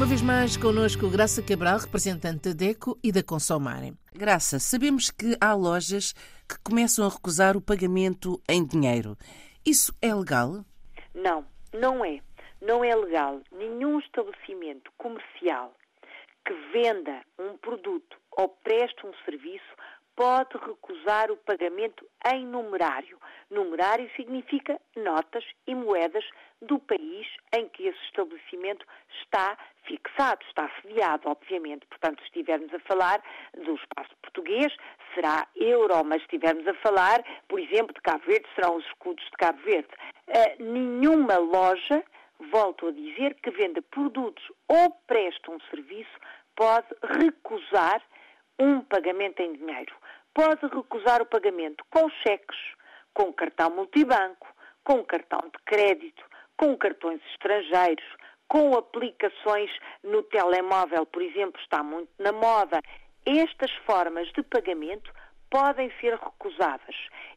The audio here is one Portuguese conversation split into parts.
vez mais connosco Graça Cabral, representante da DECO e da Consomarem. Graça, sabemos que há lojas que começam a recusar o pagamento em dinheiro. Isso é legal? Não, não é. Não é legal. Nenhum estabelecimento comercial que venda um produto ou preste um serviço pode recusar o pagamento em numerário. Numerário significa notas e moedas do país em que esse estabelecimento está fixado, está sediado, obviamente. Portanto, se estivermos a falar do espaço português, será euro, mas se estivermos a falar, por exemplo, de Cabo Verde, serão os escudos de Cabo Verde. Nenhuma loja, volto a dizer, que venda produtos ou preste um serviço pode recusar um pagamento em dinheiro. Pode recusar o pagamento com cheques, com cartão multibanco, com cartão de crédito, com cartões estrangeiros, com aplicações no telemóvel, por exemplo, está muito na moda. Estas formas de pagamento podem ser recusadas.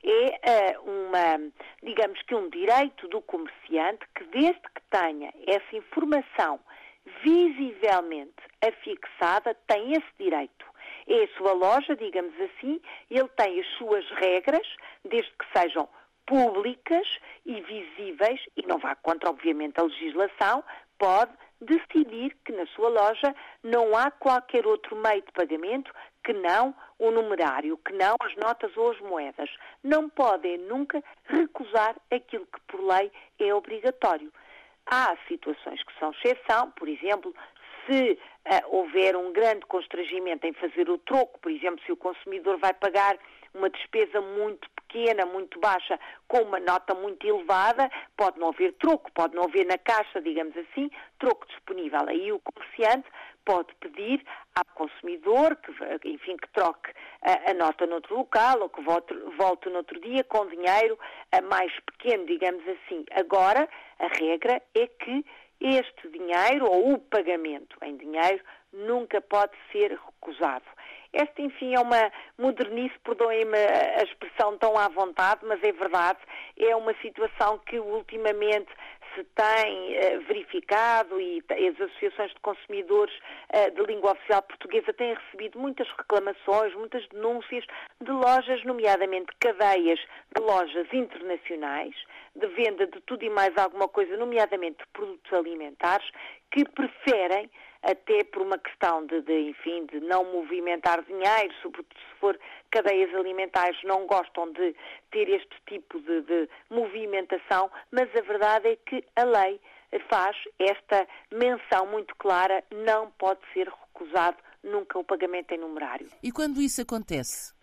É digamos que um direito do comerciante que, desde que tenha essa informação visivelmente afixada, tem esse direito. É a sua loja, digamos assim, ele tem as suas regras, desde que sejam públicas e visíveis, e não vá contra, obviamente, a legislação, pode decidir que na sua loja não há qualquer outro meio de pagamento que não o numerário, que não as notas ou as moedas. Não podem nunca recusar aquilo que por lei é obrigatório. Há situações que são exceção, por exemplo, se houver um grande constrangimento em fazer o troco, por exemplo, se o consumidor vai pagar uma despesa muito pequena, muito baixa, com uma nota muito elevada, pode não haver troco, pode não haver na caixa, digamos assim, troco disponível. Aí o comerciante pode pedir ao consumidor que, enfim, que troque a nota noutro local ou que volte noutro dia com dinheiro mais pequeno, digamos assim. Agora, a regra é que este dinheiro, ou o pagamento em dinheiro, nunca pode ser recusado. Esta, enfim, é uma modernice, perdoem-me a expressão tão à vontade, mas é verdade, é uma situação que ultimamente se tem verificado e as associações de consumidores de língua oficial portuguesa têm recebido muitas reclamações, muitas denúncias de lojas, nomeadamente cadeias de lojas internacionais, de venda de tudo e mais alguma coisa, nomeadamente de produtos alimentares, que preferem, até por uma questão de não movimentar dinheiro, sobretudo se for cadeias alimentares, não gostam de ter este tipo de movimentação, mas a verdade é que a lei faz esta menção muito clara, não pode ser recusado nunca o pagamento em numerário. E quando isso acontece?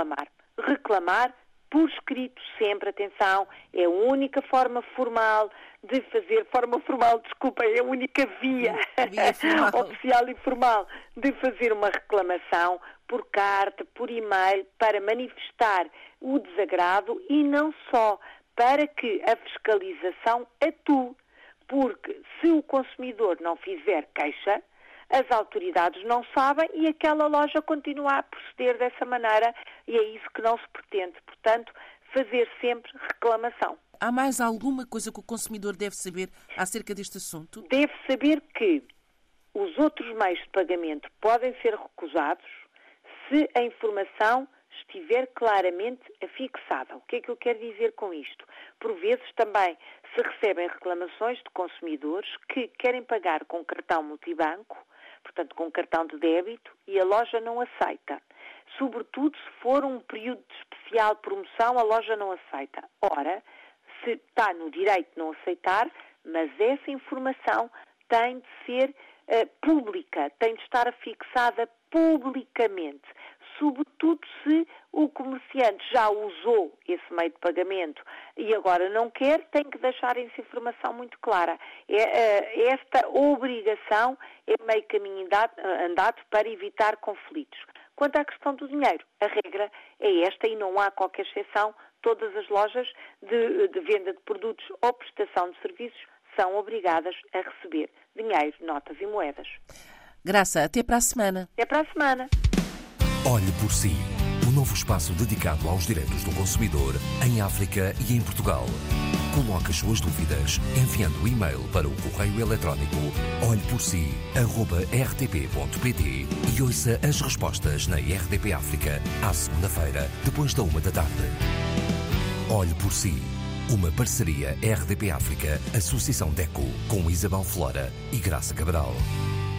Reclamar por escrito sempre, atenção, é a única forma formal de fazer, é a única via oficial e formal de fazer uma reclamação por carta, por e-mail, para manifestar o desagrado e não só, para que a fiscalização atue. Porque se o consumidor não fizer queixa, as autoridades não sabem e aquela loja continua a proceder dessa maneira e é isso que não se pretende. Portanto, fazer sempre reclamação. Há mais alguma coisa que o consumidor deve saber acerca deste assunto? Deve saber que os outros meios de pagamento podem ser recusados se a informação estiver claramente afixada. O que é que eu quero dizer com isto? Por vezes também se recebem reclamações de consumidores que querem pagar com cartão multibanco, portanto com cartão de débito, e a loja não aceita. Sobretudo se for um período de especial promoção, a loja não aceita. Ora, se está no direito de não aceitar, mas essa informação tem de ser pública, tem de estar afixada publicamente. Sobretudo se o comerciante já usou esse meio de pagamento e agora não quer, tem que deixar essa informação muito clara. Esta obrigação é meio caminho andado para evitar conflitos. Quanto à questão do dinheiro, a regra é esta e não há qualquer exceção. Todas as lojas de venda de produtos ou prestação de serviços são obrigadas a receber dinheiro, notas e moedas. Graça, até para a semana. Até para a semana. Olhe por si. novo espaço dedicado aos direitos do consumidor em África e em Portugal. Coloque as suas dúvidas enviando o e-mail para o correio eletrónico olheporsi@rtp.pt e ouça as respostas na RDP África à segunda-feira, depois da 13h. Olhe por si. Uma parceria RDP África, Associação DECO, com Isabel Flora e Graça Cabral.